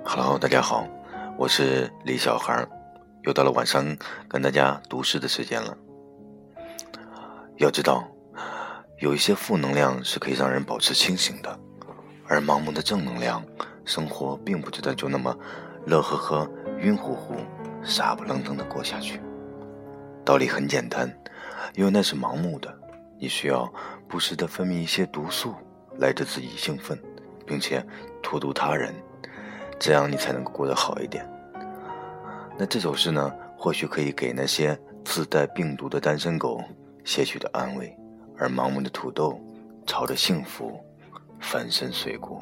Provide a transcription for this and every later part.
Hello， 大家好，我是李小孩，又到了晚上跟大家读诗的时间了。要知道，有一些负能量是可以让人保持清醒的，而盲目的正能量，生活并不值得就那么乐呵呵、晕乎乎、傻不愣登的过下去。道理很简单，因为那是盲目的，你需要不时地分泌一些毒素来使自己兴奋，并且荼毒他人，这样你才能够过得好一点。那这首诗呢，或许可以给那些自带病毒的单身狗些许的安慰，而盲目的土豆朝着幸福粉身碎骨。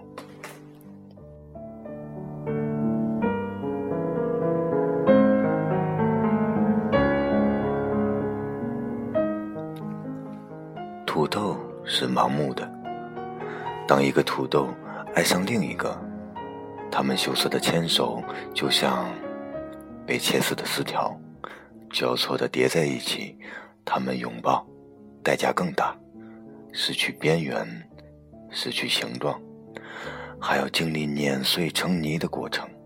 土豆是盲目的，当一个土豆爱上另一个，他们羞涩的牵手就像被切丝的丝条，交错地叠在一起，他们拥抱代价更大，失去边缘，失去形状，还要经历碾碎成泥的过程。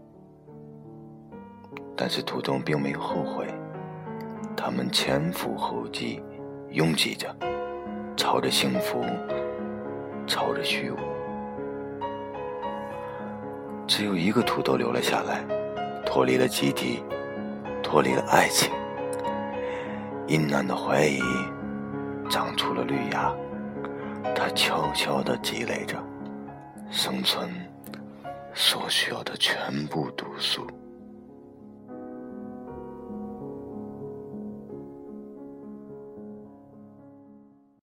但是土豆并没有后悔，他们前赴后继，拥挤着，朝着幸福，朝着虚无。只有一个土豆留了下来，脱离了集体，脱离了爱情。阴暗的怀疑长出了绿芽，它悄悄地积累着生存所需要的全部毒素。